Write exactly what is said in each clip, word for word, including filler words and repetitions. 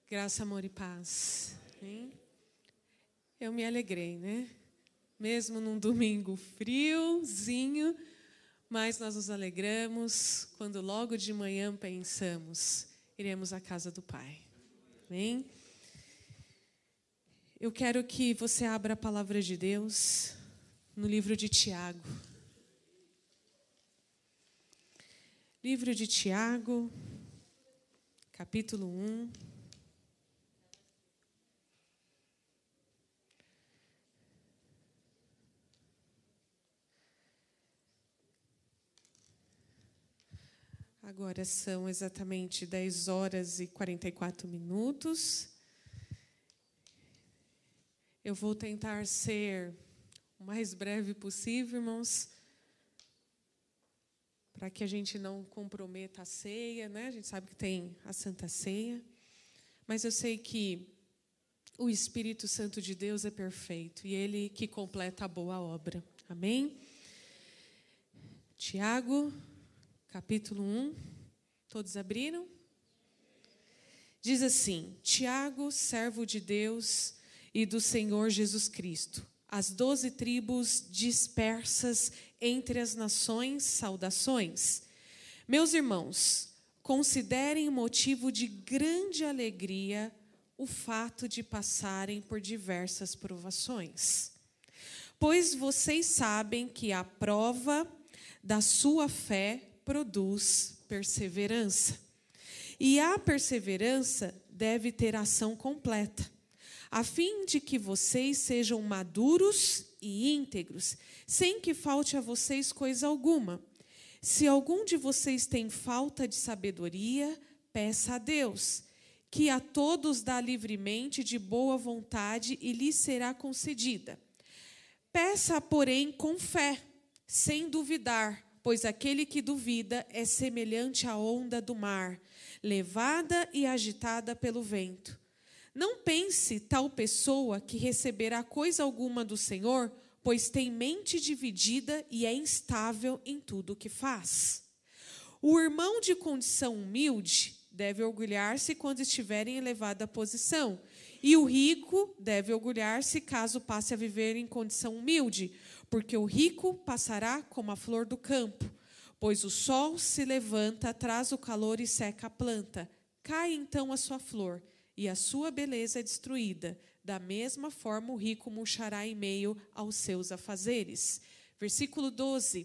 Graça, amor e paz. Hein? Eu me alegrei, né? Mesmo num domingo friozinho, mas nós nos alegramos quando logo de manhã pensamos, iremos à casa do Pai. Amém? Eu quero que você abra a palavra de Deus no livro de Tiago. Livro de Tiago, capítulo um. Agora são exatamente dez horas e quarenta e quatro minutos. Eu vou tentar ser o mais breve possível, irmãos, para que a gente não comprometa a ceia, né? A gente sabe que tem a Santa Ceia, mas eu sei que o Espírito Santo de Deus é perfeito e Ele que completa a boa obra. Amém? Tiago, capítulo um, todos abriram? Diz assim: Tiago, servo de Deus e do Senhor Jesus Cristo, as doze tribos dispersas entre as nações, saudações. Meus irmãos, considerem motivo de grande alegria o fato de passarem por diversas provações, pois vocês sabem que a prova da sua fé produz perseverança. E a perseverança deve ter ação completa, a fim de que vocês sejam maduros e íntegros, sem que falte a vocês coisa alguma. Se algum de vocês tem falta de sabedoria, peça a Deus, que a todos dá livremente de boa vontade e lhe será concedida. Peça, porém, com fé, sem duvidar, pois aquele que duvida é semelhante à onda do mar, levada e agitada pelo vento. Não pense tal pessoa que receberá coisa alguma do Senhor, pois tem mente dividida e é instável em tudo o que faz. O irmão de condição humilde deve orgulhar-se quando estiver em elevada posição, e o rico deve orgulhar-se caso passe a viver em condição humilde, porque o rico passará como a flor do campo, pois o sol se levanta, traz o calor e seca a planta. Cai então a sua flor, e a sua beleza é destruída. Da mesma forma, o rico murchará em meio aos seus afazeres. Versículo doze.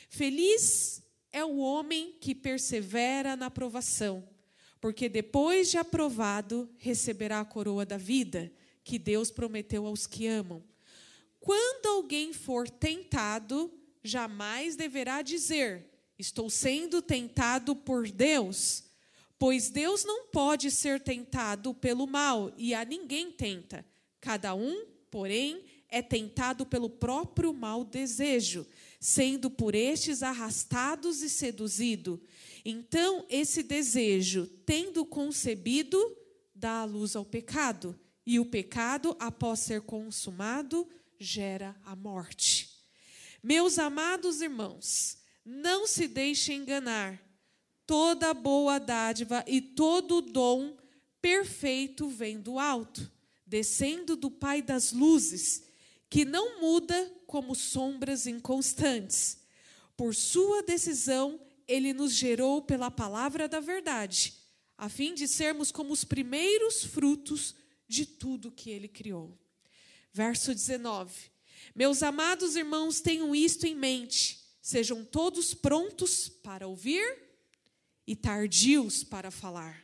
Feliz é o homem que persevera na provação, porque depois de aprovado, receberá a coroa da vida, que Deus prometeu aos que amam. Quando alguém for tentado, jamais deverá dizer: estou sendo tentado por Deus. Pois Deus não pode ser tentado pelo mal, e a ninguém tenta. Cada um, porém, é tentado pelo próprio mau desejo, sendo por estes arrastados e seduzido. Então, esse desejo, tendo concebido, dá a luz ao pecado, e o pecado, após ser consumado, gera a morte. Meus amados irmãos, não se deixem enganar. Toda boa dádiva e todo dom perfeito vem do alto, descendo do Pai das luzes, que não muda como sombras inconstantes. Por sua decisão, Ele nos gerou pela palavra da verdade, a fim de sermos como os primeiros frutos de tudo que Ele criou. Verso dezenove. Meus amados irmãos, tenham isto em mente. Sejam todos prontos para ouvir e tardios para falar,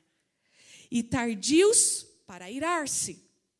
e tardios para irar-se,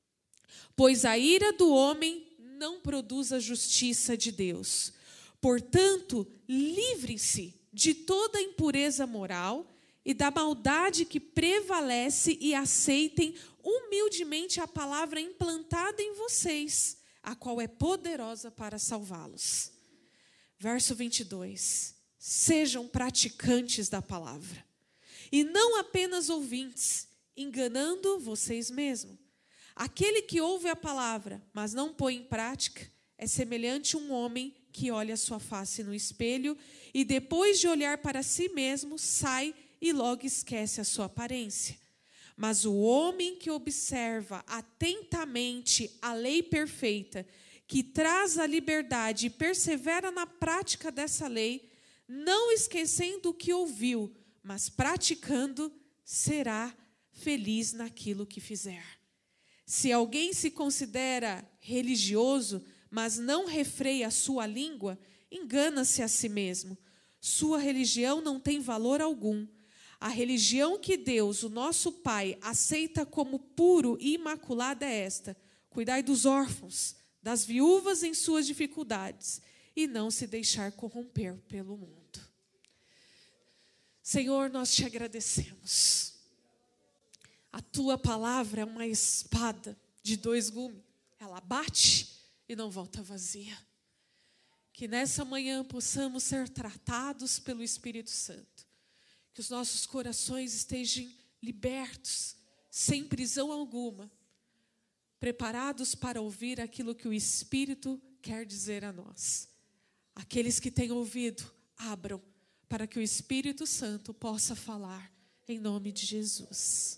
pois a ira do homem não produz a justiça de Deus. Portanto, livrem-se de toda impureza moral e da maldade que prevalece e aceitem humildemente a palavra implantada em vocês, a qual é poderosa para salvá-los. Verso vinte e dois. Sejam praticantes da palavra, e não apenas ouvintes, enganando vocês mesmos. Aquele que ouve a palavra, mas não põe em prática, é semelhante a um homem que olha a sua face no espelho e depois de olhar para si mesmo, sai e logo esquece a sua aparência. Mas o homem que observa atentamente a lei perfeita, que traz a liberdade e persevera na prática dessa lei, não esquecendo o que ouviu, mas praticando, será feliz naquilo que fizer. Se alguém se considera religioso, mas não refreia a sua língua, engana-se a si mesmo. Sua religião não tem valor algum. A religião que Deus, o nosso Pai, aceita como puro e imaculada é esta: cuidar dos órfãos, das viúvas em suas dificuldades, e não se deixar corromper pelo mundo. Senhor, nós te agradecemos. A tua palavra é uma espada de dois gumes. Ela bate e não volta vazia. Que nessa manhã possamos ser tratados pelo Espírito Santo. Que os nossos corações estejam libertos, sem prisão alguma, preparados para ouvir aquilo que o Espírito quer dizer a nós. Aqueles que têm ouvido, abram, para que o Espírito Santo possa falar, em nome de Jesus.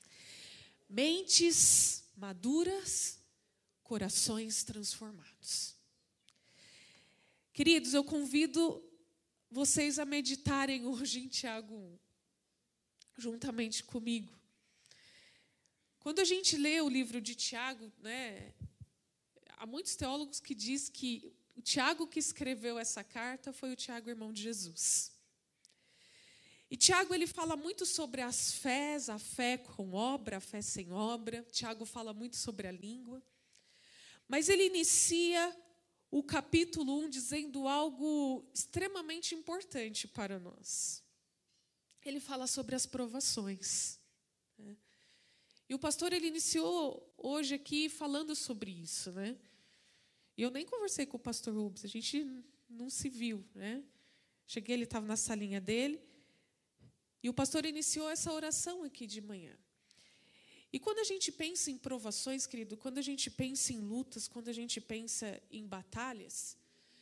Mentes maduras, corações transformados. Queridos, eu convido vocês a meditarem hoje em Tiago um, juntamente comigo. Quando a gente lê o livro de Tiago, né, há muitos teólogos que dizem que o Tiago que escreveu essa carta foi o Tiago, irmão de Jesus. E Tiago, ele fala muito sobre as fés, a fé com obra, a fé sem obra. Tiago fala muito sobre a língua. Mas ele inicia o capítulo um dizendo algo extremamente importante para nós. Ele fala sobre as provações. Né? E o pastor, ele iniciou hoje aqui falando sobre isso. Né? E eu nem conversei com o pastor Rubens, a gente não se viu. Né? Cheguei, ele estava na salinha dele. E o pastor iniciou essa oração aqui de manhã. E quando a gente pensa em provações, querido, quando a gente pensa em lutas, quando a gente pensa em batalhas,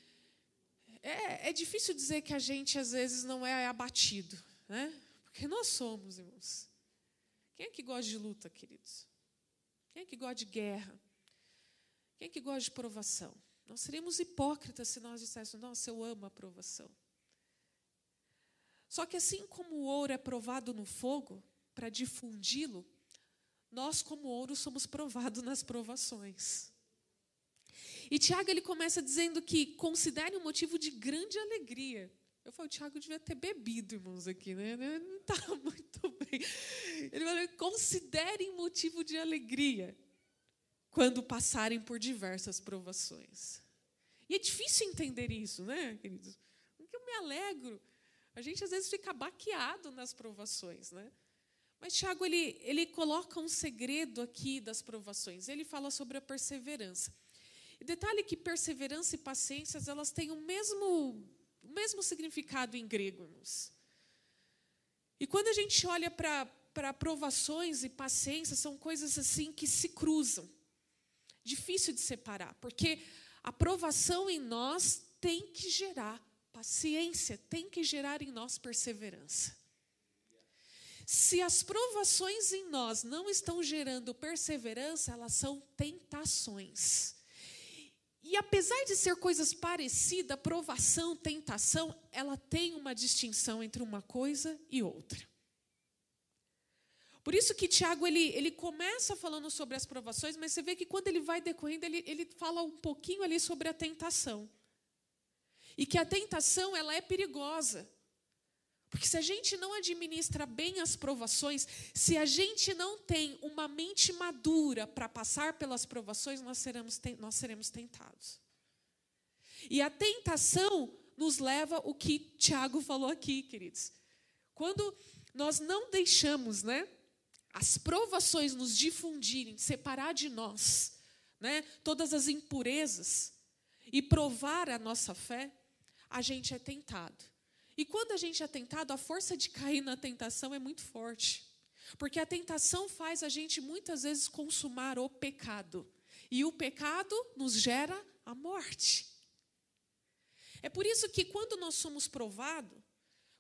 é, é difícil dizer que a gente, às vezes, não é abatido, né? Porque nós somos, irmãos. Quem é que gosta de luta, queridos? Quem é que gosta de guerra? Quem é que gosta de provação? Nós seríamos hipócritas se nós disséssemos, nossa, eu amo a provação. Só que assim como o ouro é provado no fogo, para difundi-lo, nós, como ouro, somos provados nas provações. E Tiago, ele começa dizendo que considere um motivo de grande alegria. Eu falo, o Tiago devia ter bebido, irmãos, aqui, né? Não está muito bem. Ele fala, considerem motivo de alegria quando passarem por diversas provações. E é difícil entender isso, né, queridos? Porque eu me alegro. A gente, às vezes, fica baqueado nas provações, né? Mas Tiago, ele, ele coloca um segredo aqui das provações. Ele fala sobre a perseverança. E detalhe que perseverança e paciência, elas têm o mesmo, o mesmo significado em grego, irmãos. E quando a gente olha para para provações e paciência, são coisas assim que se cruzam. Difícil de separar, porque a provação em nós tem que gerar paciência, tem que gerar em nós perseverança. Se as provações em nós não estão gerando perseverança, elas são tentações. E apesar de ser coisas parecidas, provação, tentação, ela tem uma distinção entre uma coisa e outra. Por isso que Tiago, ele, ele começa falando sobre as provações, mas você vê que quando ele vai decorrendo, ele, ele fala um pouquinho ali sobre a tentação. E que a tentação, ela é perigosa. Porque se a gente não administra bem as provações, se a gente não tem uma mente madura para passar pelas provações, nós seremos, nós seremos tentados. E a tentação nos leva ao que Tiago falou aqui, queridos. Quando nós não deixamos, né, as provações nos difundirem, separar de nós, né, todas as impurezas e provar a nossa fé, a gente é tentado. E quando a gente é tentado, a força de cair na tentação é muito forte. Porque a tentação faz a gente muitas vezes consumar o pecado. E o pecado nos gera a morte. É por isso que quando nós somos provados,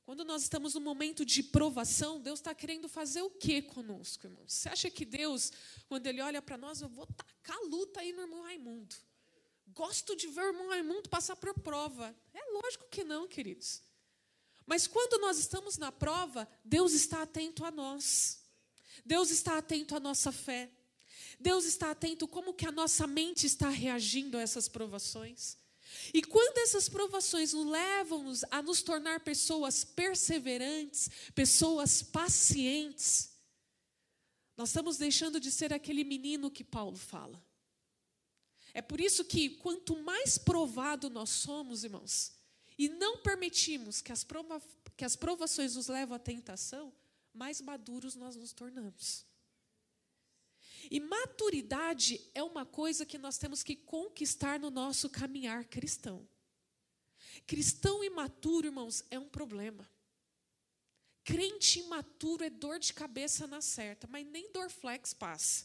Quando nós estamos num momento de provação, Deus está querendo fazer o quê conosco, irmãos? Você acha que Deus, quando Ele olha para nós, eu vou tacar a luta aí no irmão Raimundo? Gosto de ver o irmão Raimundo passar por prova. É lógico que não, queridos. Mas quando nós estamos na prova, Deus está atento a nós. Deus está atento à nossa fé. Deus está atento como que a nossa mente está reagindo a essas provações. E quando essas provações nos levam a nos tornar pessoas perseverantes, pessoas pacientes, nós estamos deixando de ser aquele menino que Paulo fala. É por isso que quanto mais provado nós somos, irmãos, e não permitimos que as, prova, que as provações nos levem à tentação, mais maduros nós nos tornamos. E maturidade é uma coisa que nós temos que conquistar no nosso caminhar cristão. Cristão imaturo, irmãos, é um problema. Crente imaturo é dor de cabeça na certa, mas nem Dorflex passa.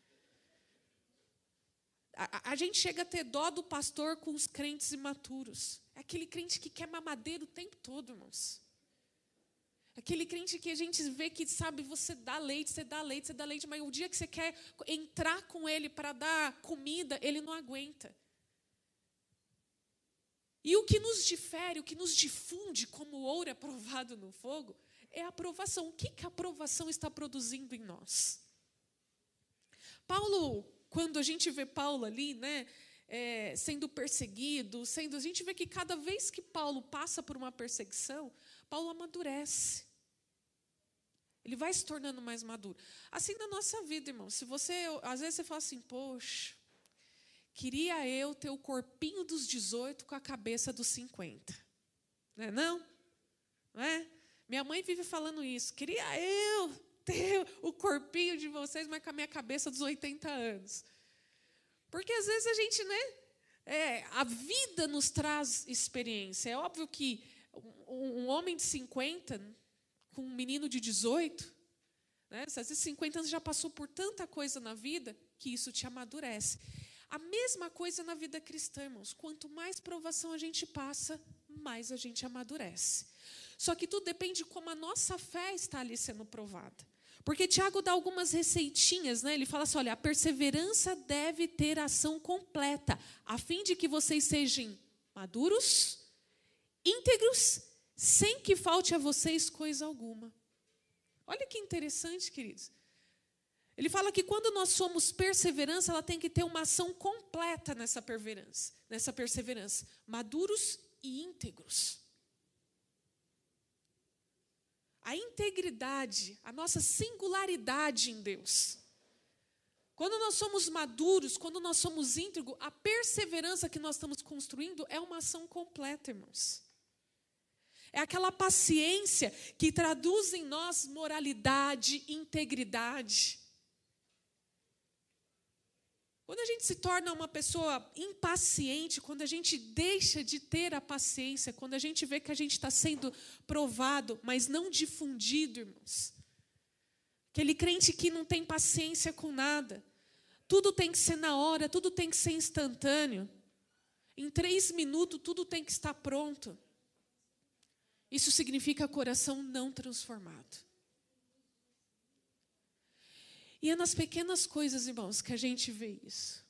A, a, a gente chega a ter dó do pastor com os crentes imaturos. É aquele crente que quer mamadeira o tempo todo, irmãos. Aquele crente que a gente vê que, sabe, você dá leite, você dá leite, você dá leite, mas o dia que você quer entrar com ele para dar comida, ele não aguenta. E o que nos difere, o que nos difunde como ouro é provado no fogo, é a aprovação. O que, que a aprovação está produzindo em nós? Paulo, quando a gente vê Paulo ali, né, é, sendo perseguido, sendo, a gente vê que cada vez que Paulo passa por uma perseguição, Paulo amadurece. Ele vai se tornando mais maduro. Assim na nossa vida, irmão. Se você, às vezes você fala assim, poxa, queria eu ter o corpinho dos dezoito com a cabeça dos cinquenta. Não é não? Não é? Minha mãe vive falando isso. Queria eu ter o corpinho de vocês, mas com a minha cabeça dos oitenta anos. Porque às vezes a gente, né? É, a vida nos traz experiência. É óbvio que um, um homem de cinquenta... com um menino de dezoito, né? Às vezes cinquenta anos já passou por tanta coisa na vida que isso te amadurece. A mesma coisa na vida cristã, irmãos. Quanto mais provação a gente passa, mais a gente amadurece. Só que tudo depende de como a nossa fé está ali sendo provada. Porque Tiago dá algumas receitinhas, né? Ele fala assim, olha, a perseverança deve ter ação completa, a fim de que vocês sejam maduros, íntegros, sem que falte a vocês coisa alguma. Olha que interessante, queridos. Ele fala que quando nós somos perseverança, ela tem que ter uma ação completa nessa perseverança, nessa perseverança. Maduros e íntegros. A integridade, a nossa singularidade em Deus. Quando nós somos maduros, quando nós somos íntegros, a perseverança que nós estamos construindo é uma ação completa, irmãos. É aquela paciência que traduz em nós moralidade, integridade. Quando a gente se torna uma pessoa impaciente, quando a gente deixa de ter a paciência, quando a gente vê que a gente está sendo provado, mas não difundido, irmãos. Aquele crente que não tem paciência com nada. Tudo tem que ser na hora, tudo tem que ser instantâneo. Em três minutos, tudo tem que estar pronto. Isso significa coração não transformado. E é nas pequenas coisas, irmãos, que a gente vê isso.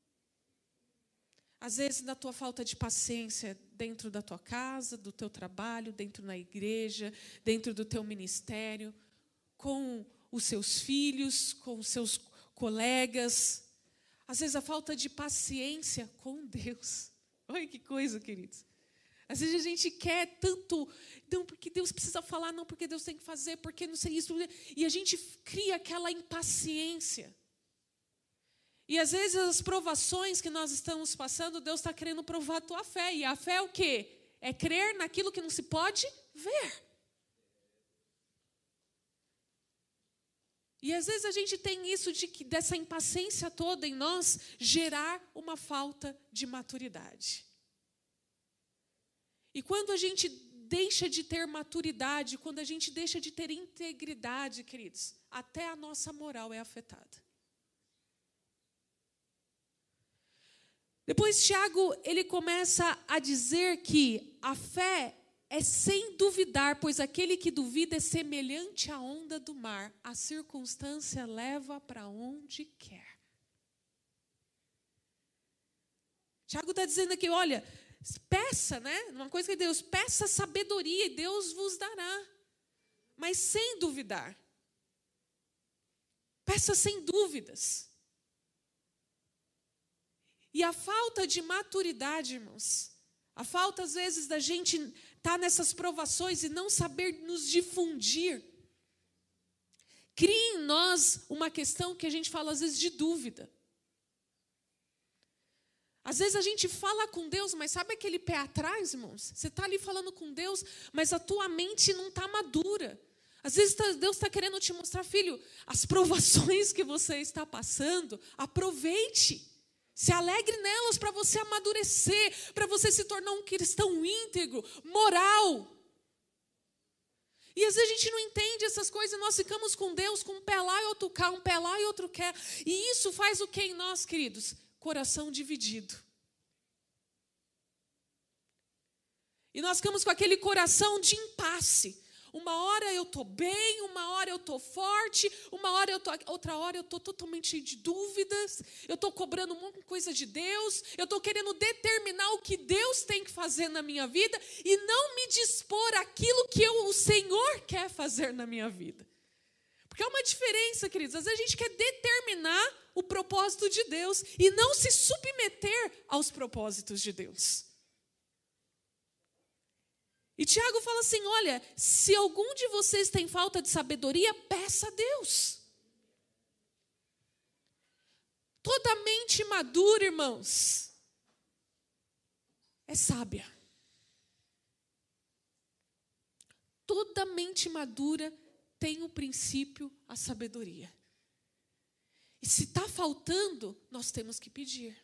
Às vezes, na tua falta de paciência dentro da tua casa, do teu trabalho, dentro da igreja, dentro do teu ministério, com os seus filhos, com os seus colegas. Às vezes, a falta de paciência com Deus. Olha que coisa, queridos. Às vezes a gente quer tanto, não, porque Deus precisa falar, não, porque Deus tem que fazer, porque não sei isso. E a gente cria aquela impaciência. E às vezes as provações que nós estamos passando, Deus está querendo provar a tua fé. E a fé é o quê? É crer naquilo que não se pode ver. E às vezes a gente tem isso de que dessa impaciência toda em nós gerar uma falta de maturidade. E quando a gente deixa de ter maturidade, quando a gente deixa de ter integridade, queridos, até a nossa moral é afetada. Depois Tiago, ele começa a dizer que a fé, é sem duvidar, pois aquele que duvida é semelhante à onda do mar. A circunstância leva para onde quer. Tiago está dizendo aqui, olha, peça, né? Uma coisa que Deus, peça sabedoria e Deus vos dará. Mas sem duvidar. Peça sem dúvidas. E a falta de maturidade, irmãos, a falta às vezes da gente estar nessas provações e não saber nos difundir, cria em nós uma questão que a gente fala às vezes de dúvida. Às vezes a gente fala com Deus, mas sabe aquele pé atrás, irmãos? Você está ali falando com Deus, mas a tua mente não está madura. Às vezes Deus está querendo te mostrar, filho, as provações que você está passando, aproveite. Se alegre nelas para você amadurecer, para você se tornar um cristão íntegro, moral. E às vezes a gente não entende essas coisas, nós ficamos com Deus com um pé lá e outro cá, um pé lá e outro cá. E isso faz o que em nós, queridos? Coração dividido. E nós ficamos com aquele coração de impasse. Uma hora eu estou bem, uma hora eu estou forte, uma hora eu tô, outra hora eu estou totalmente cheio de dúvidas, eu estou cobrando muita coisa de Deus, eu estou querendo determinar o que Deus tem que fazer na minha vida e não me dispor aquilo que eu, o Senhor quer fazer na minha vida. Porque é uma diferença, queridos, às vezes a gente quer determinar o propósito de Deus e não se submeter aos propósitos de Deus. E Tiago fala assim, olha, se algum de vocês tem falta de sabedoria, peça a Deus. Toda mente madura, irmãos, é sábia. Toda mente madura tem o princípio, a sabedoria. E se está faltando, nós temos que pedir.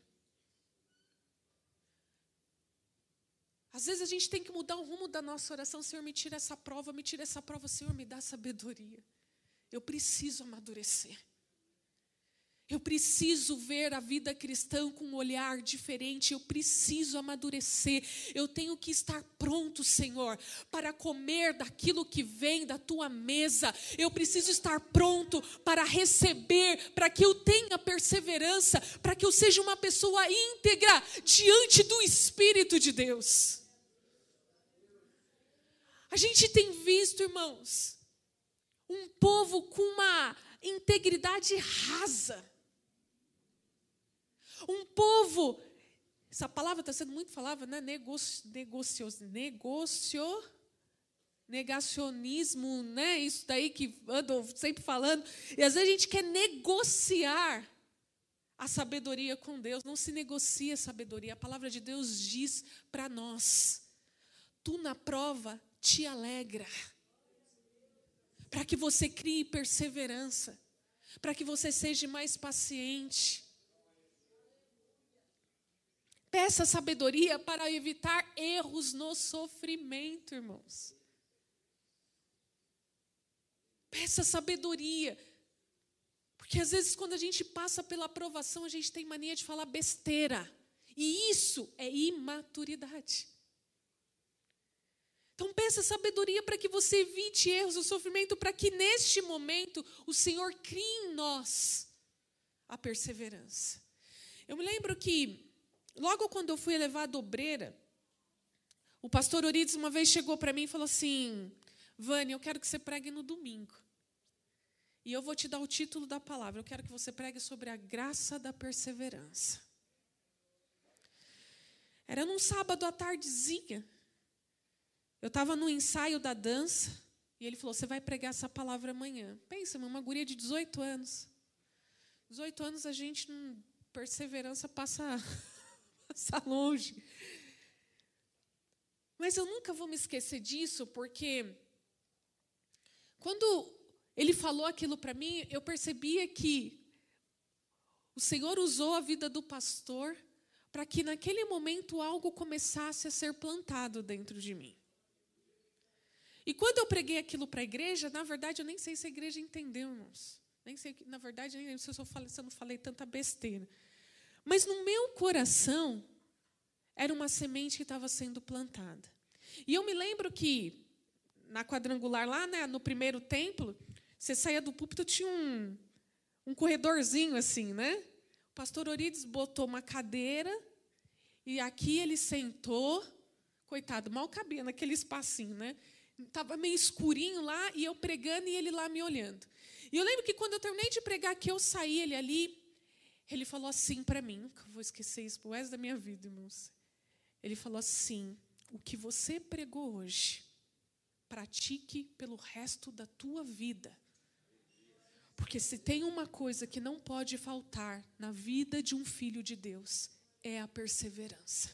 Às vezes a gente tem que mudar o rumo da nossa oração. Senhor, me tira essa prova, me tira essa prova. Senhor, me dá sabedoria. Eu preciso amadurecer. Eu preciso ver a vida cristã com um olhar diferente. Eu preciso amadurecer. Eu tenho que estar pronto, Senhor, para comer daquilo que vem da Tua mesa. Eu preciso estar pronto para receber, para que eu tenha perseverança, para que eu seja uma pessoa íntegra diante do Espírito de Deus. A gente tem visto, irmãos, um povo com uma integridade rasa. Um povo, essa palavra está sendo muito falada, né? Negocio, negocio, negocio, negacionismo, né? Isso daí que ando sempre falando. E às vezes a gente quer negociar a sabedoria com Deus. Não se negocia a sabedoria. A palavra de Deus diz para nós, tu na prova te alegra, para que você crie perseverança, para que você seja mais paciente. Peça sabedoria para evitar erros no sofrimento, irmãos. Peça sabedoria. Porque às vezes quando a gente passa pela aprovação, a gente tem mania de falar besteira. E isso é imaturidade. Então peça sabedoria para que você evite erros no sofrimento, para que neste momento o Senhor crie em nós a perseverança. Eu me lembro que logo quando eu fui levar a dobreira, o pastor Orides uma vez chegou para mim e falou assim, Vânia, eu quero que você pregue no domingo. E eu vou te dar o título da palavra. Eu quero que você pregue sobre a graça da perseverança. Era num sábado à tardezinha. Eu estava no ensaio da dança. E ele falou, você vai pregar essa palavra amanhã. Pensa, uma guria de dezoito anos. dezoito anos a gente, não, perseverança passa... Passa longe. Mas eu nunca vou me esquecer disso, porque quando ele falou aquilo para mim, eu percebia que o Senhor usou a vida do pastor para que naquele momento algo começasse a ser plantado dentro de mim. E quando eu preguei aquilo para a igreja, na verdade eu nem sei se a igreja entendeu, irmãos. Nem sei, na verdade, nem sei se eu, falei, se eu não falei tanta besteira. Mas no meu coração, era uma semente que estava sendo plantada. E eu me lembro que, na quadrangular lá, né, no primeiro templo, você saía do púlpito, tinha um, um corredorzinho assim, né? O pastor Orides botou uma cadeira e aqui ele sentou. Coitado, mal cabia naquele espacinho, né? Estava meio escurinho lá e eu pregando e ele lá me olhando. E eu lembro que quando eu terminei de pregar, que eu saí, ele ali, ele falou assim para mim, nunca vou esquecer isso pro resto da minha vida, irmãos. Ele falou assim: o que você pregou hoje, pratique pelo resto da tua vida. Porque se tem uma coisa que não pode faltar na vida de um filho de Deus, é a perseverança.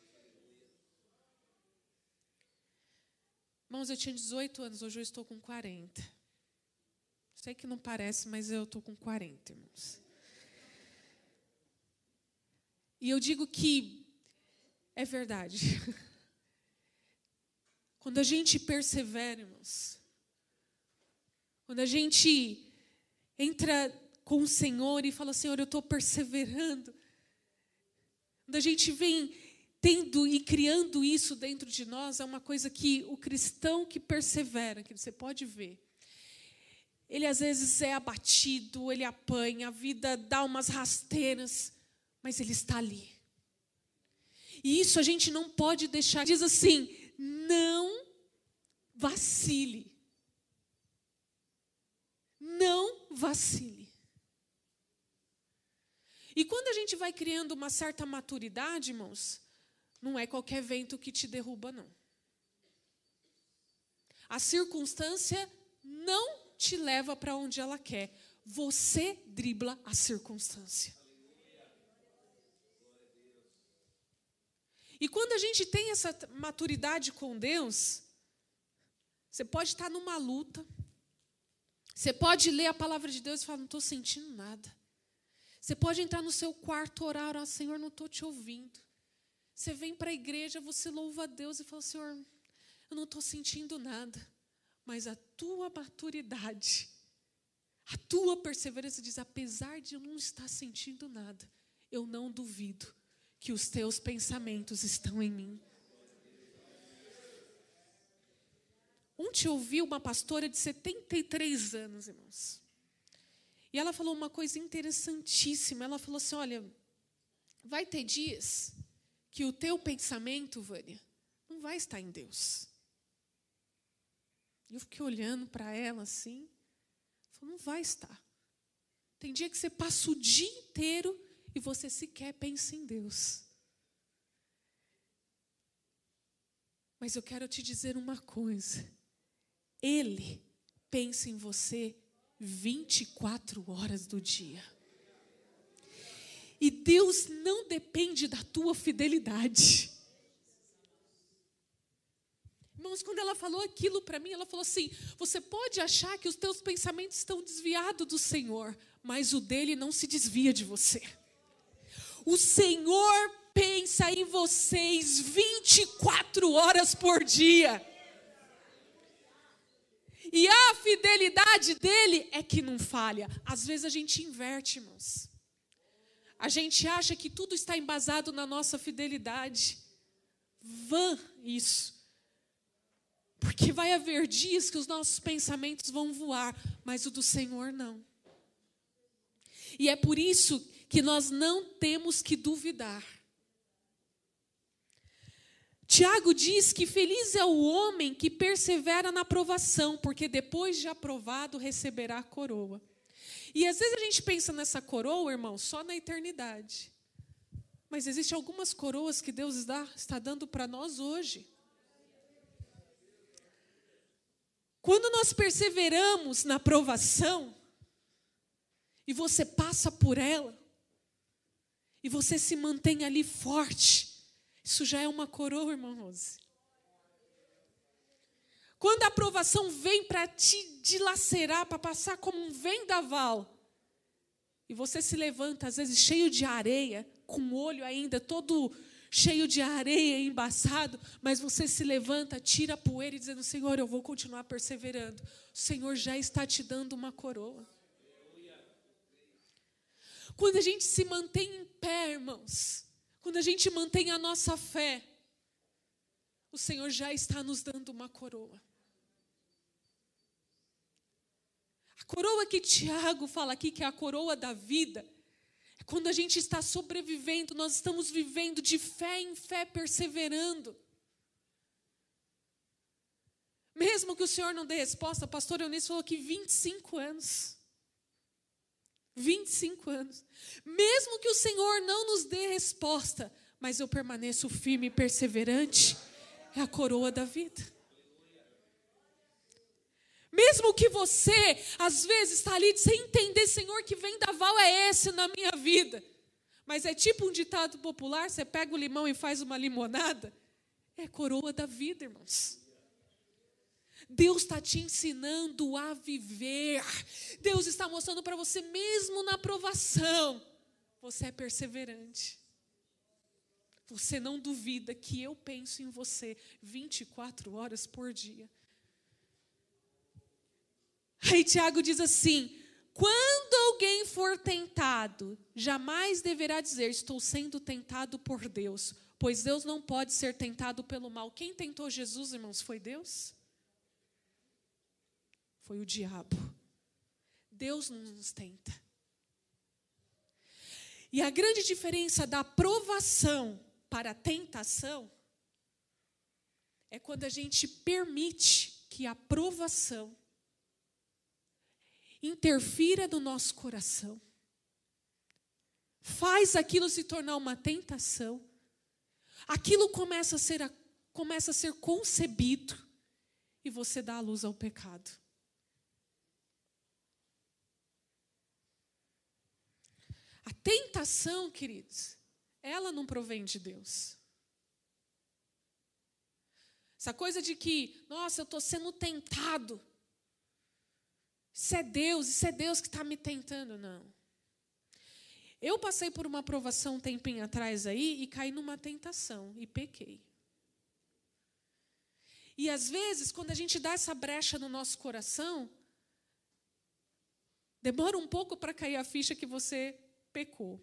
Irmãos, eu tinha dezoito anos, hoje eu estou com quarenta. Sei que não parece, mas eu estou com quarenta, irmãos. E eu digo que é verdade. Quando a gente persevera, irmãos, quando a gente entra com o Senhor e fala: Senhor, eu estou perseverando. Quando a gente vem tendo e criando isso dentro de nós, é uma coisa que o cristão que persevera, que você pode ver, ele às vezes é abatido, ele apanha, a vida dá umas rasteiras, mas ele está ali. E isso a gente não pode deixar. Diz assim: não vacile. Não vacile. E quando a gente vai criando uma certa maturidade, irmãos, não é qualquer vento que te derruba, não. A circunstância não te leva para onde ela quer. Você dribla a circunstância. E quando a gente tem essa maturidade com Deus, você pode estar numa luta, você pode ler a palavra de Deus e falar: não estou sentindo nada. Você pode entrar no seu quarto, orar: ó, Senhor, não estou te ouvindo. Você vem para a igreja, você louva a Deus e fala: Senhor, eu não estou sentindo nada. Mas a tua maturidade, a tua perseverança diz: apesar de eu não estar sentindo nada, eu não duvido que os teus pensamentos estão em mim. Ontem eu ouvi uma pastora de setenta e três anos, irmãos. E ela falou uma coisa interessantíssima. Ela falou assim: olha, vai ter dias que o teu pensamento, Vânia, não vai estar em Deus. E eu fiquei olhando para ela assim. Falei: não vai estar. Tem dia que você passa o dia inteiro e você sequer pensa em Deus. Mas eu quero te dizer uma coisa. Ele pensa em você vinte e quatro horas do dia. E Deus não depende da tua fidelidade. Irmãos, quando ela falou aquilo para mim, ela falou assim: você pode achar que os teus pensamentos estão desviados do Senhor, mas o dele não se desvia de você. O Senhor pensa em vocês vinte e quatro horas por dia. E a fidelidade dele é que não falha. Às vezes a gente inverte, irmãos. A gente acha que tudo está embasado na nossa fidelidade. Vã isso. Porque vai haver dias que os nossos pensamentos vão voar, mas o do Senhor não. E é por isso que nós não temos que duvidar. Tiago diz que feliz é o homem que persevera na provação, porque depois de aprovado receberá a coroa. E às vezes a gente pensa nessa coroa, irmão, só na eternidade. Mas existem algumas coroas que Deus dá, está dando para nós hoje. Quando nós perseveramos na provação, e você passa por ela, e você se mantém ali forte, isso já é uma coroa, irmão Rose. Quando a aprovação vem para te dilacerar, para passar como um vendaval, e você se levanta, às vezes cheio de areia, com o olho ainda todo cheio de areia, embaçado, mas você se levanta, tira a poeira e dizendo: Senhor, eu vou continuar perseverando. O Senhor já está te dando uma coroa. Quando a gente se mantém em pé, irmãos, quando a gente mantém a nossa fé, o o Senhor já está nos dando uma coroa. A coroa que Tiago fala aqui, que é a coroa da vida, é quando a gente está sobrevivendo, nós estamos vivendo de fé em fé, perseverando. Mesmo que o Senhor não dê resposta, a pastora Eunice falou que vinte e cinco anos. vinte e cinco anos. Mesmo que o Senhor não nos dê resposta, mas eu permaneço firme e perseverante, é a coroa da vida. Mesmo que você, às vezes, está ali sem entender, Senhor, que vendaval é esse na minha vida. Mas é tipo um ditado popular, você pega o limão e faz uma limonada. É a coroa da vida, irmãos. Deus está te ensinando a viver. Deus está mostrando para você, mesmo na provação, você é perseverante. Você não duvida que eu penso em você vinte e quatro horas por dia. Aí Tiago diz assim: quando alguém for tentado, jamais deverá dizer, estou sendo tentado por Deus, pois Deus não pode ser tentado pelo mal. Quem tentou Jesus, irmãos, foi Deus? Foi o diabo. Deus não nos tenta. E a grande diferença da provação para a tentação é quando a gente permite que a provação interfira no nosso coração, faz aquilo se tornar uma tentação, aquilo começa a ser, começa a ser concebido e você dá a luz ao pecado. A tentação, queridos, ela não provém de Deus. Essa coisa de que, nossa, eu estou sendo tentado. Isso é Deus, isso é Deus que está me tentando. Não. Eu passei por uma provação um tempinho atrás aí e caí numa tentação e pequei. E às vezes, quando a gente dá essa brecha no nosso coração, demora um pouco para cair a ficha que você pecou.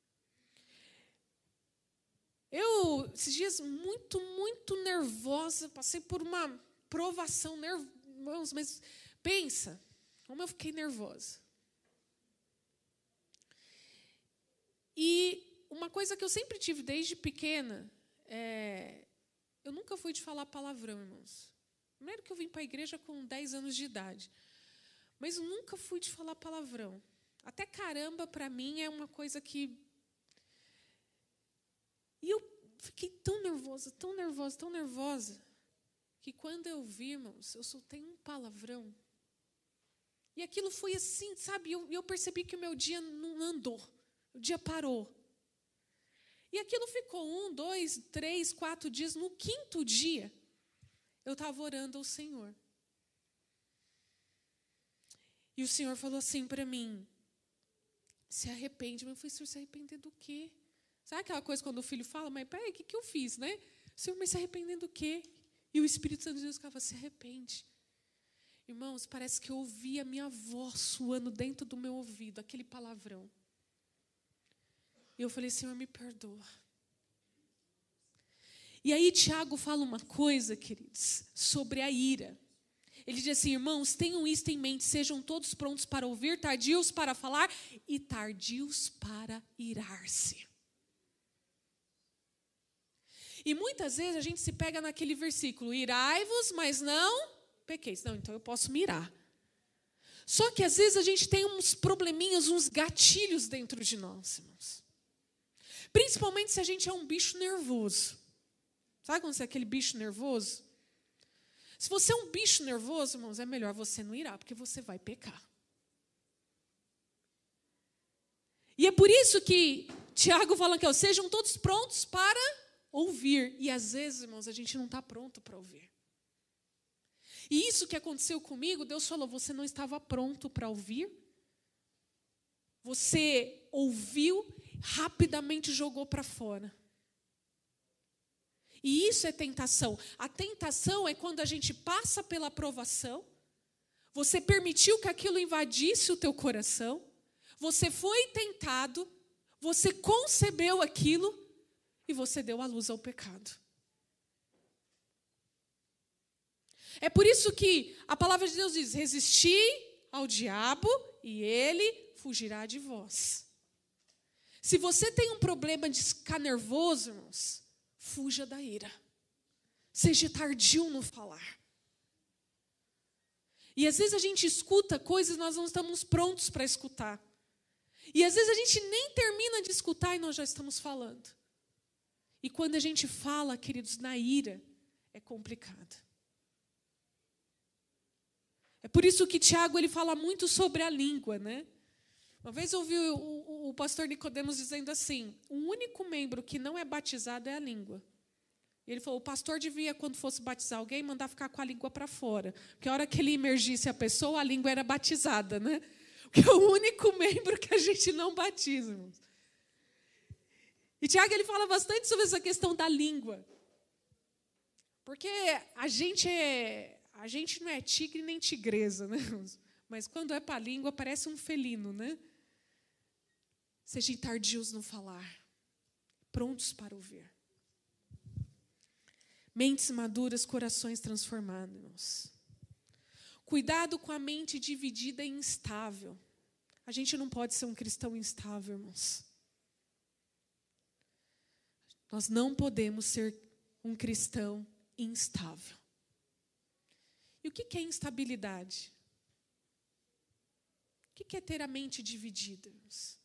Eu, esses dias, muito, muito nervosa, passei por uma provação, nervosa, mas pensa, como eu fiquei nervosa. E uma coisa que eu sempre tive desde pequena, é, eu nunca fui de falar palavrão, irmãos. Primeiro que eu vim para a igreja com dez anos de idade, mas eu nunca fui de falar palavrão. Até caramba, para mim, é uma coisa que... E eu fiquei tão nervosa, tão nervosa, tão nervosa, que quando eu vi, irmãos, eu soltei um palavrão. E aquilo foi assim, sabe? E eu, eu percebi que o meu dia não andou. O dia parou. E aquilo ficou um, dois, três, quatro dias. No quinto dia, eu estava orando ao Senhor. E o Senhor falou assim para mim, se arrepende. Mas eu falei, Senhor, se arrepender do quê? Sabe aquela coisa quando o filho fala, mas peraí, o que, que eu fiz, né? Senhor, mas se arrepender do quê? E o Espírito Santo de Deus ficava, se arrepende. Irmãos, parece que eu ouvi a minha voz suando dentro do meu ouvido, aquele palavrão. E eu falei, Senhor, me perdoa. E aí Tiago fala uma coisa, queridos, sobre a ira. Ele diz assim, irmãos, tenham isto em mente, sejam todos prontos para ouvir, tardios para falar e tardios para irar-se. E muitas vezes a gente se pega naquele versículo, irai-vos, mas não pequeis. Não, então eu posso me irar. Só que às vezes a gente tem uns probleminhas, uns gatilhos dentro de nós, irmãos. Principalmente se a gente é um bicho nervoso. Sabe quando você é aquele bicho nervoso? Se você é um bicho nervoso, irmãos, é melhor você não irar, porque você vai pecar. E é por isso que Tiago fala que ó, sejam todos prontos para ouvir. E às vezes, irmãos, a gente não está pronto para ouvir. E isso que aconteceu comigo, Deus falou, você não estava pronto para ouvir. Você ouviu, rapidamente jogou para fora. E isso é tentação. A tentação é quando a gente passa pela provação, você permitiu que aquilo invadisse o teu coração, você foi tentado, você concebeu aquilo e você deu a luz ao pecado. É por isso que a palavra de Deus diz: resisti ao diabo e ele fugirá de vós. Se você tem um problema de ficar nervoso, irmãos, fuja da ira. Seja tardio no falar. E às vezes a gente escuta coisas e nós não estamos prontos para escutar. E às vezes a gente nem termina de escutar e nós já estamos falando. E quando a gente fala, queridos, na ira, é complicado. É por isso que Tiago ele fala muito sobre a língua, né? Uma vez eu ouvi o, o, o pastor Nicodemos dizendo assim: o único membro que não é batizado é a língua. E ele falou: o pastor devia, quando fosse batizar alguém, mandar ficar com a língua para fora. Porque a hora que ele imergisse a pessoa, a língua era batizada, né? Porque é o único membro que a gente não batiza, irmãos. E Tiago ele fala bastante sobre essa questão da língua. Porque a gente é, a gente não é tigre nem tigresa, né? Mas quando é para a língua, parece um felino, né? Sejam tardios no falar, prontos para ouvir. Mentes maduras, corações transformados, irmãos. Cuidado com a mente dividida e instável. A gente não pode ser um cristão instável, irmãos. Nós não podemos ser um cristão instável. E o que é instabilidade? O que é ter a mente dividida, irmãos?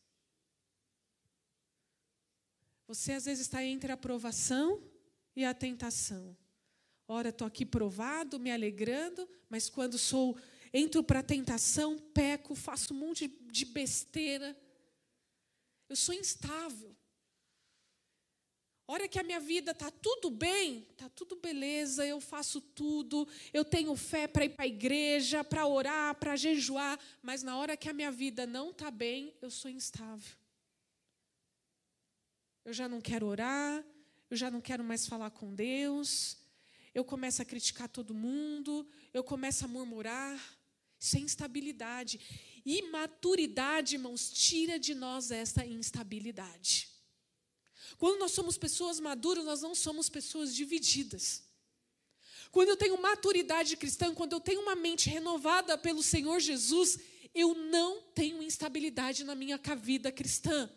Você às vezes está entre a aprovação e a tentação. Ora, estou aqui provado, me alegrando, mas quando sou, entro para a tentação, peco, faço um monte de besteira. Eu sou instável. Hora que a minha vida está tudo bem, está tudo beleza, eu faço tudo, eu tenho fé para ir para a igreja, para orar, para jejuar, mas na hora que a minha vida não está bem, eu sou instável. Eu já não quero orar, eu já não quero mais falar com Deus, eu começo a criticar todo mundo, eu começo a murmurar. Isso é instabilidade. Imaturidade, irmãos, tira de nós esta instabilidade. Quando nós somos pessoas maduras, nós não somos pessoas divididas. Quando eu tenho maturidade cristã, quando eu tenho uma mente renovada pelo Senhor Jesus, eu não tenho instabilidade na minha vida cristã.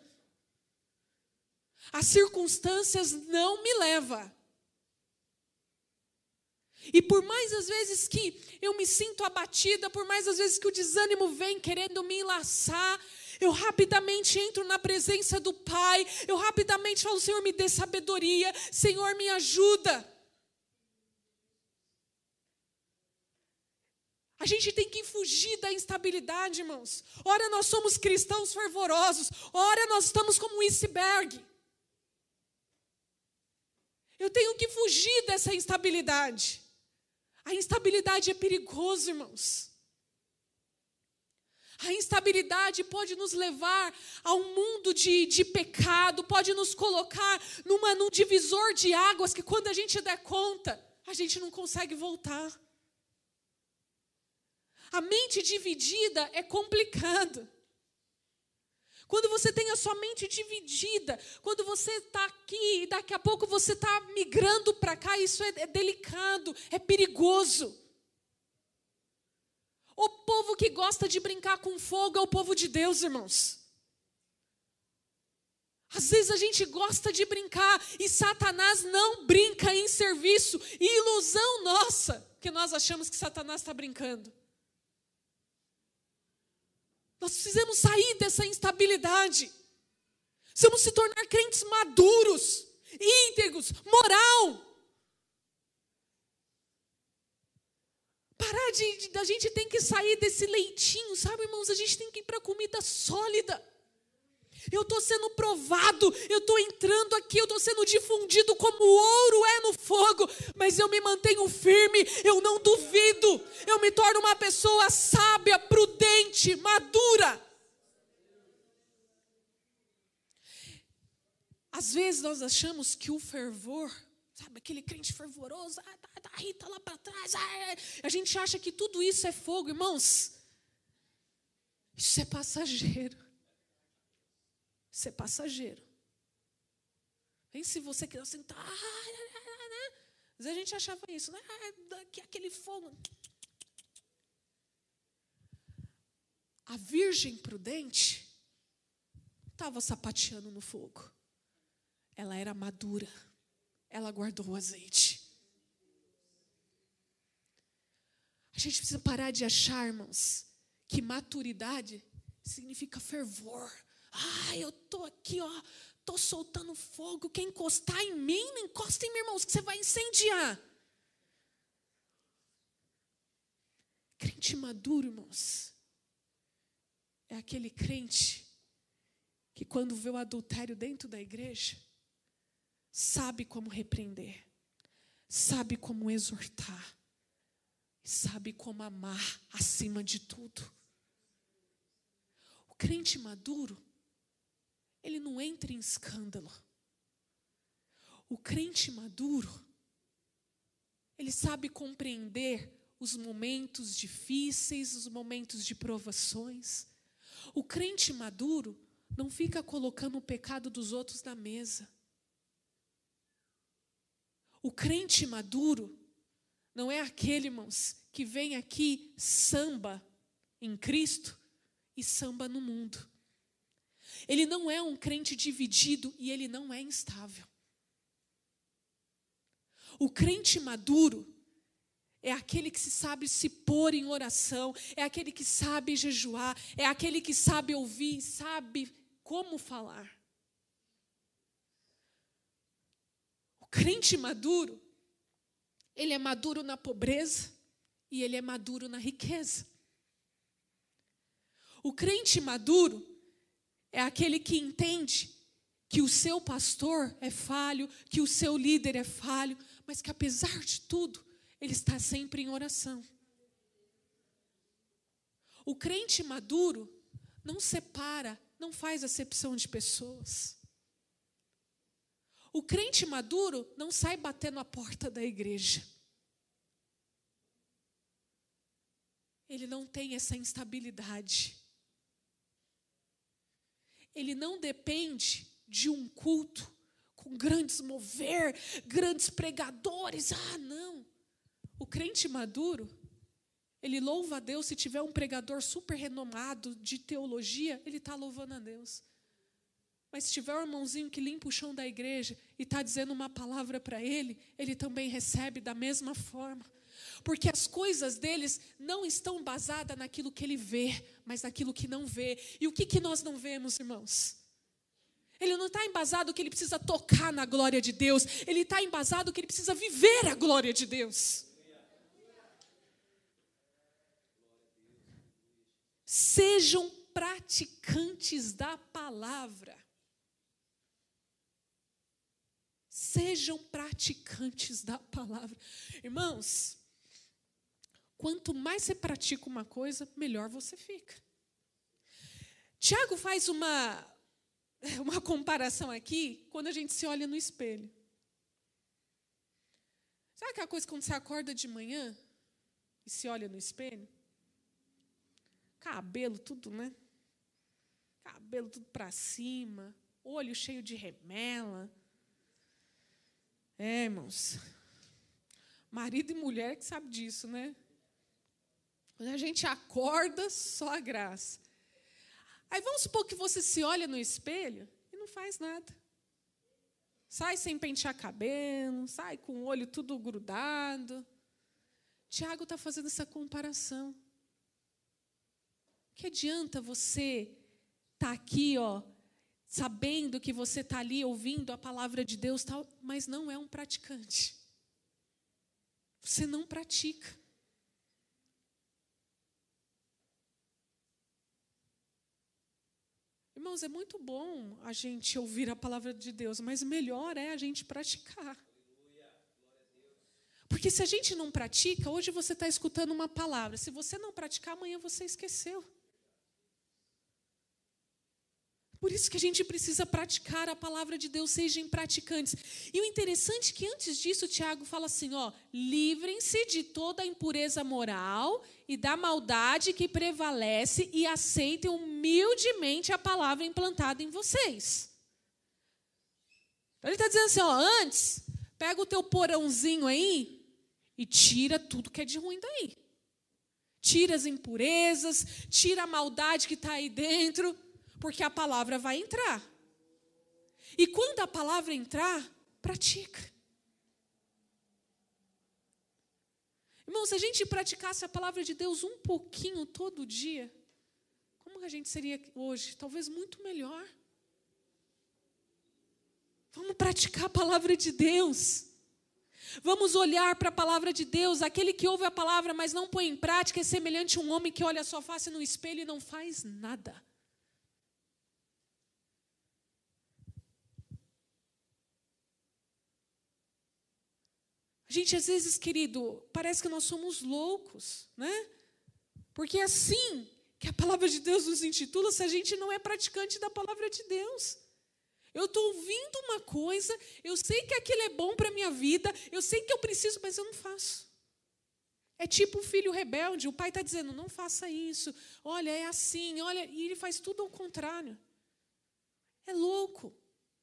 As circunstâncias não me levam. E por mais às vezes que eu me sinto abatida, por mais às vezes que o desânimo vem querendo me enlaçar, eu rapidamente entro na presença do Pai, eu rapidamente falo: Senhor, me dê sabedoria, Senhor, me ajuda. A gente tem que fugir da instabilidade, irmãos. Ora nós somos cristãos fervorosos, ora nós estamos como um iceberg. Eu tenho que fugir dessa instabilidade. A instabilidade é perigosa, irmãos. A instabilidade pode nos levar a um mundo de, de pecado, pode nos colocar numa, num divisor de águas que quando a gente der conta, a gente não consegue voltar. A mente dividida é complicado. Quando você tem a sua mente dividida, quando você está aqui e daqui a pouco você está migrando para cá, isso é, é delicado, é perigoso. O povo que gosta de brincar com fogo é o povo de Deus, irmãos. Às vezes a gente gosta de brincar e Satanás não brinca em serviço. E ilusão nossa, que nós achamos que Satanás está brincando. Nós precisamos sair dessa instabilidade. Precisamos se tornar crentes maduros, íntegros, moral. Parar de, de, a gente tem que sair desse leitinho, sabe, irmãos? A gente tem que ir para comida sólida. Eu estou sendo provado, eu estou entrando aqui, eu estou sendo difundido como ouro é no fogo, mas eu me mantenho firme, eu não duvido, eu me torno uma pessoa sábia, prudente, madura. Às vezes nós achamos que o fervor, sabe, aquele crente fervoroso, ah, tá, tá, Rita lá para trás, ah, a gente acha que tudo isso é fogo, irmãos. Isso é passageiro. Isso é passageiro. Nem se você quiser sentar, Mas a gente achava isso, né? Ah, aquele fogo. A virgem prudente estava sapateando no fogo. Ela era madura. Ela guardou o azeite. A gente precisa parar de achar, irmãos, que maturidade significa fervor. Ah, eu estou aqui, ó, estou soltando fogo. Quem encostar em mim, não encosta em mim, irmãos, que você vai incendiar. Crente maduro, irmãos, é aquele crente que quando vê o adultério dentro da igreja, sabe como repreender, sabe como exortar, sabe como amar acima de tudo. O crente maduro, ele não entra em escândalo. O crente maduro, ele sabe compreender os momentos difíceis, os momentos de provações. O crente maduro não fica colocando o pecado dos outros na mesa. O crente maduro não é aquele, irmãos, que vem aqui, samba em Cristo e samba no mundo. Ele não é um crente dividido e ele não é instável. O crente maduro é aquele que se sabe se pôr em oração, é aquele que sabe jejuar, é aquele que sabe ouvir, sabe como falar. O crente maduro, ele é maduro na pobreza e ele é maduro na riqueza. O crente maduro é aquele que entende que o seu pastor é falho, que o seu líder é falho, mas que apesar de tudo, ele está sempre em oração. O crente maduro não separa, não faz acepção de pessoas. O crente maduro não sai batendo a porta da igreja. Ele não tem essa instabilidade. Ele não depende de um culto com grandes mover, grandes pregadores. Ah, não. O crente maduro, ele louva a Deus. Se tiver um pregador super renomado de teologia, ele está louvando a Deus. Mas se tiver um irmãozinho que limpa o chão da igreja e está dizendo uma palavra para ele, ele também recebe da mesma forma. Porque as coisas deles não estão basadas naquilo que ele vê, mas naquilo que não vê. E o que, que nós não vemos, irmãos? Ele não está embasado que ele precisa tocar na glória de Deus. Ele está embasado que ele precisa viver a glória de Deus. Sejam praticantes da palavra. Sejam praticantes da palavra. Irmãos, quanto mais você pratica uma coisa, melhor você fica. Tiago faz uma, uma comparação aqui, quando a gente se olha no espelho. Sabe aquela coisa quando você acorda de manhã e se olha no espelho? Cabelo tudo, né? Cabelo tudo para cima, olho cheio de remela. É, irmãos, marido e mulher que sabe disso, né? Quando a gente acorda, só a graça. Aí vamos supor que você se olha no espelho e não faz nada. Sai sem pentear cabelo, sai com o olho tudo grudado. Tiago está fazendo essa comparação. Que adianta você estar tá aqui, ó, sabendo que você está ali ouvindo a palavra de Deus, tal, mas não é um praticante. Você não pratica. Irmãos, é muito bom a gente ouvir a palavra de Deus, mas melhor é a gente praticar. Porque se a gente não pratica, hoje você está escutando uma palavra. Se você não praticar, amanhã você esqueceu. Por isso que a gente precisa praticar a palavra de Deus, sejam praticantes. E o interessante é que antes disso, Tiago fala assim, ó, livrem-se de toda a impureza moral e da maldade que prevalece e aceitem humildemente a palavra implantada em vocês. Então ele está dizendo assim, ó, antes, Pega o teu porãozinho aí e tira tudo que é de ruim daí. Tira as impurezas, tira a maldade que está aí dentro, porque a palavra vai entrar. E quando a palavra entrar, pratica. Irmão, se a gente praticasse a palavra de Deus um pouquinho todo dia, como que a gente seria hoje? Talvez muito melhor. Vamos praticar a palavra de Deus. Vamos olhar para a palavra de Deus. Aquele que ouve a palavra, mas não põe em prática, é semelhante a um homem que olha a sua face no espelho e não faz nada. A gente, às vezes, querido, parece que nós somos loucos, né? Porque é assim que a palavra de Deus nos intitula, se a gente não é praticante da palavra de Deus. Eu estou ouvindo uma coisa, eu sei que aquilo é bom para a minha vida, eu sei que eu preciso, mas eu não faço. É tipo um filho rebelde, o pai está dizendo, não faça isso, olha, é assim, olha, e ele faz tudo ao contrário. É louco.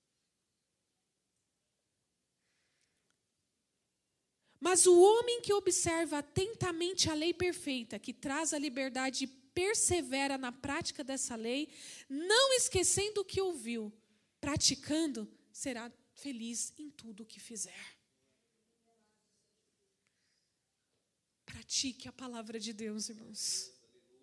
Mas o homem que observa atentamente a lei perfeita, que traz a liberdade e persevera na prática dessa lei, não esquecendo o que ouviu, praticando, será feliz em tudo o que fizer. Pratique a palavra de Deus, irmãos.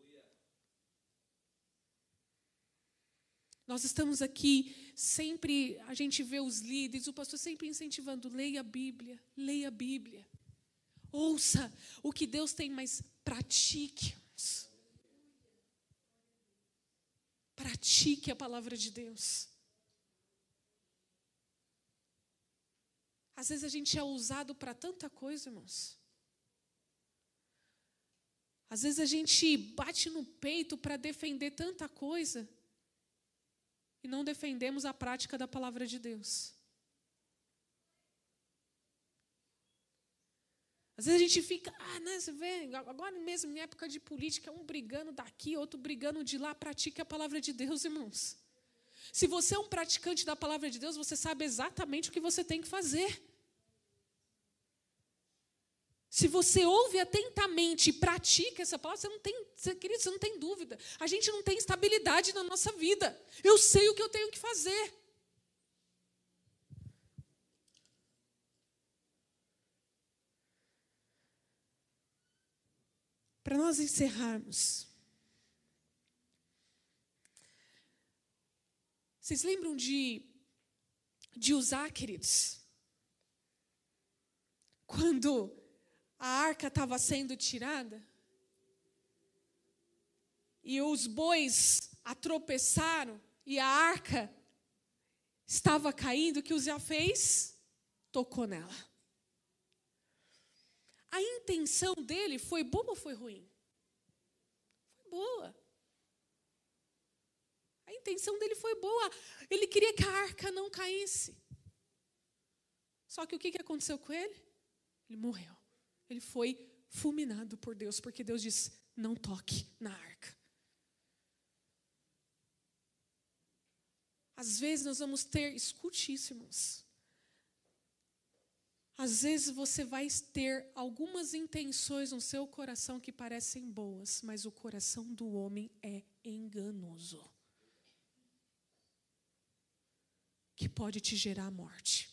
Nós estamos aqui, sempre, a gente vê os líderes, o pastor sempre incentivando, leia a Bíblia, leia a Bíblia. Ouça o que Deus tem, mas pratique. Pratique a palavra de Deus. Às vezes a gente é ousado para tanta coisa, irmãos. Às vezes a gente bate no peito para defender tanta coisa e não defendemos a prática da palavra de Deus. Às vezes a gente fica, ah, né, você vê, agora mesmo em época de política, um brigando daqui, outro brigando de lá, pratique a palavra de Deus, irmãos. Se você é um praticante da palavra de Deus, você sabe exatamente o que você tem que fazer. Se você ouve atentamente e pratica essa palavra, você não tem, você, querido, você não tem dúvida. A gente não tem estabilidade na nossa vida. Eu sei o que eu tenho que fazer. Para nós encerrarmos, vocês lembram de, de Uzá, queridos? Quando a arca estava sendo tirada e os bois a tropeçaram e a arca estava caindo, o que Uzá fez? Tocou nela. A intenção dele foi boa ou foi ruim? Foi boa. A intenção dele foi boa. Ele queria que a arca não caísse. Só que o que aconteceu com ele? Ele morreu. Ele foi fulminado por Deus, porque Deus disse, não toque na arca. Às vezes nós vamos ter, escute isso, irmãos. Às vezes você vai ter algumas intenções no seu coração que parecem boas, mas o coração do homem é enganoso. Que pode te gerar morte.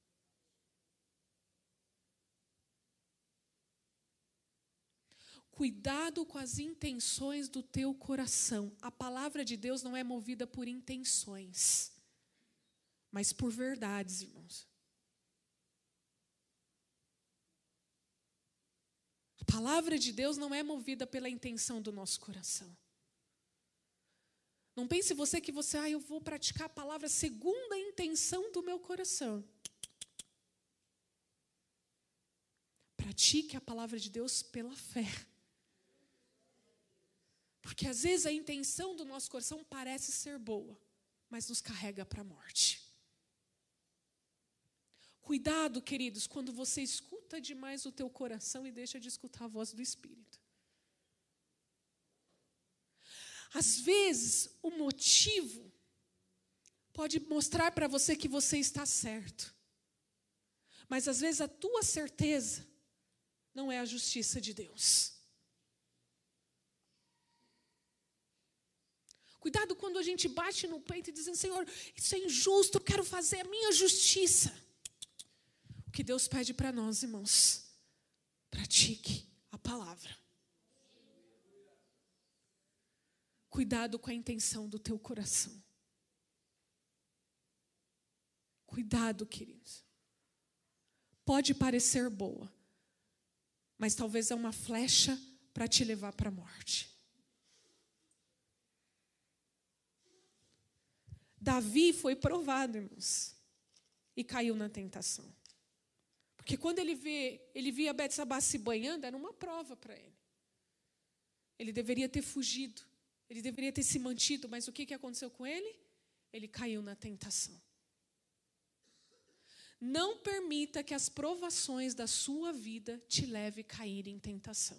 Cuidado com as intenções do teu coração. A palavra de Deus não é movida por intenções, mas por verdades, irmãos. A palavra de Deus não é movida pela intenção do nosso coração. Não pense você que você, ah, eu vou praticar a palavra segundo a intenção do meu coração. Pratique a palavra de Deus pela fé. Porque às vezes a intenção do nosso coração parece ser boa, mas nos carrega para a morte. Cuidado, queridos, quando você escuta demais o teu coração e deixa de escutar a voz do Espírito. Às vezes, o motivo pode mostrar para você que você está certo. Mas às vezes a tua certeza não é a justiça de Deus. Cuidado quando a gente bate no peito e diz, Senhor, isso é injusto, eu quero fazer a minha justiça. O que Deus pede para nós, irmãos, pratique a palavra. Cuidado com a intenção do teu coração. Cuidado, queridos. Pode parecer boa, mas talvez é uma flecha para te levar para a morte. Davi foi provado, irmãos, e caiu na tentação. Porque quando ele vê, ele via Betsabá se banhando, era uma prova para ele. Ele deveria ter fugido, ele deveria ter se mantido, mas o que, que aconteceu com ele? Ele caiu na tentação. Não permita que as provações da sua vida te leve a cair em tentação.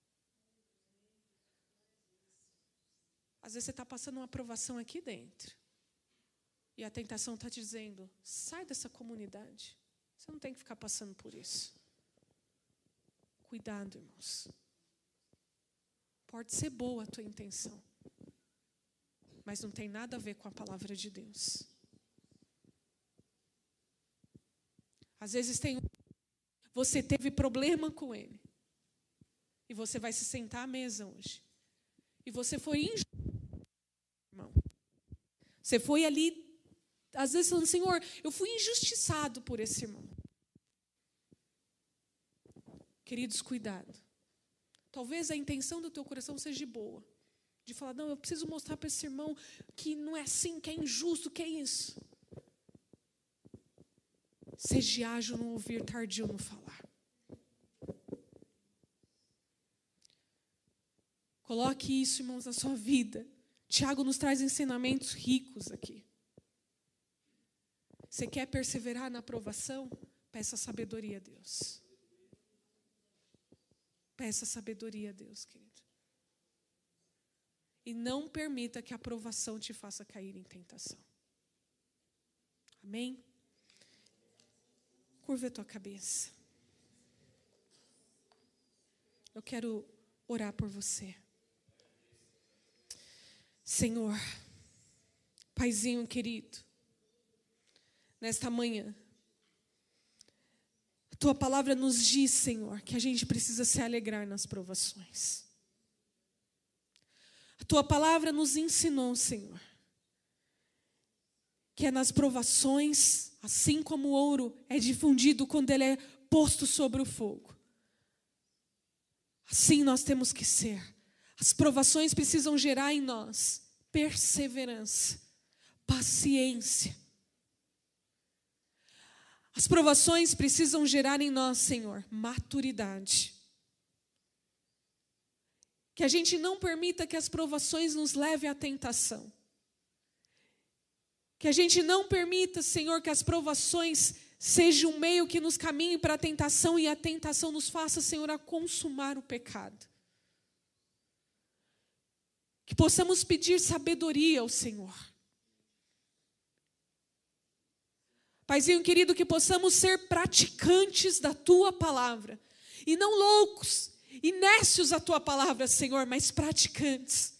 Às vezes você está passando uma provação aqui dentro. E a tentação está te dizendo, sai dessa comunidade. Você não tem que ficar passando por isso. Cuidado, irmãos. Pode ser boa a tua intenção, mas não tem nada a ver com a palavra de Deus. Às vezes tem, você teve problema com ele. E você vai se sentar à mesa hoje. E você foi injusto, irmão. Você foi ali, às vezes falando, Senhor, eu fui injustiçado por esse irmão. Queridos, cuidado. Talvez a intenção do teu coração seja boa. De falar, não, eu preciso mostrar para esse irmão que não é assim, que é injusto, que é isso. Seja ágil no ouvir, tardio no falar. Coloque isso, irmãos, na sua vida. Tiago nos traz ensinamentos ricos aqui. Você quer perseverar na aprovação? Peça sabedoria a Deus. Peça sabedoria a Deus, querido. E não permita que a aprovação te faça cair em tentação. Amém? Curva a tua cabeça. Eu quero orar por você. Senhor, Paizinho querido, nesta manhã, a tua palavra nos diz, Senhor, que a gente precisa se alegrar nas provações. A tua palavra nos ensinou, Senhor, que é nas provações, assim como o ouro é difundido quando ele é posto sobre o fogo. Assim nós temos que ser. As provações precisam gerar em nós perseverança, paciência. As provações precisam gerar em nós, Senhor, maturidade. Que a gente não permita que as provações nos levem à tentação. Que a gente não permita, Senhor, que as provações sejam um meio que nos caminhe para a tentação e a tentação nos faça, Senhor, a consumar o pecado. Que possamos pedir sabedoria ao Senhor. Paizinho querido, que possamos ser praticantes da Tua palavra. E não loucos e nécios à Tua palavra, Senhor, mas praticantes.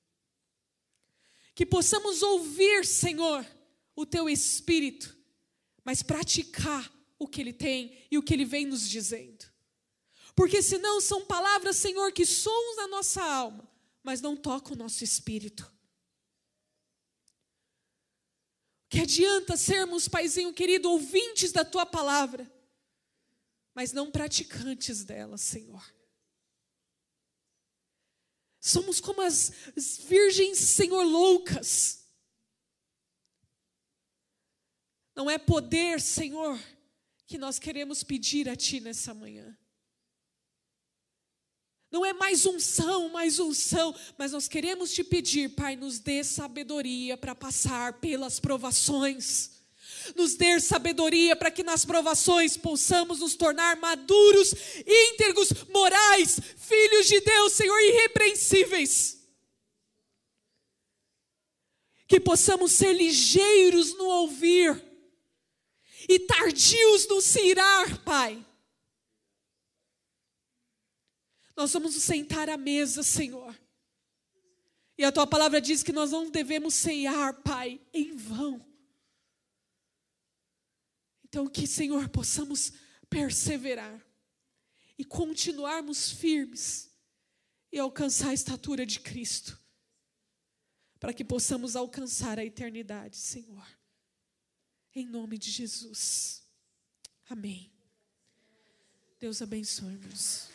Que possamos ouvir, Senhor, o Teu Espírito, mas praticar o que Ele tem e o que Ele vem nos dizendo. Porque senão são palavras, Senhor, que soam na nossa alma, mas não tocam o nosso espírito. Que adianta sermos, Paizinho querido, ouvintes da Tua palavra, mas não praticantes dela, Senhor. Somos como as virgens, Senhor, loucas. Não é poder, Senhor, que nós queremos pedir a Ti nessa manhã. Não é mais unção, mais unção, mas nós queremos Te pedir, Pai, nos dê sabedoria para passar pelas provações. Nos dê sabedoria para que nas provações possamos nos tornar maduros, íntegros, morais, filhos de Deus, Senhor, irrepreensíveis. Que possamos ser ligeiros no ouvir e tardios no se irar, Pai. Nós vamos nos sentar à mesa, Senhor. E a Tua palavra diz que nós não devemos ceiar, Pai, em vão. Então que, Senhor, possamos perseverar e continuarmos firmes e alcançar a estatura de Cristo, para que possamos alcançar a eternidade, Senhor. Em nome de Jesus. Amém. Deus abençoe, irmãos.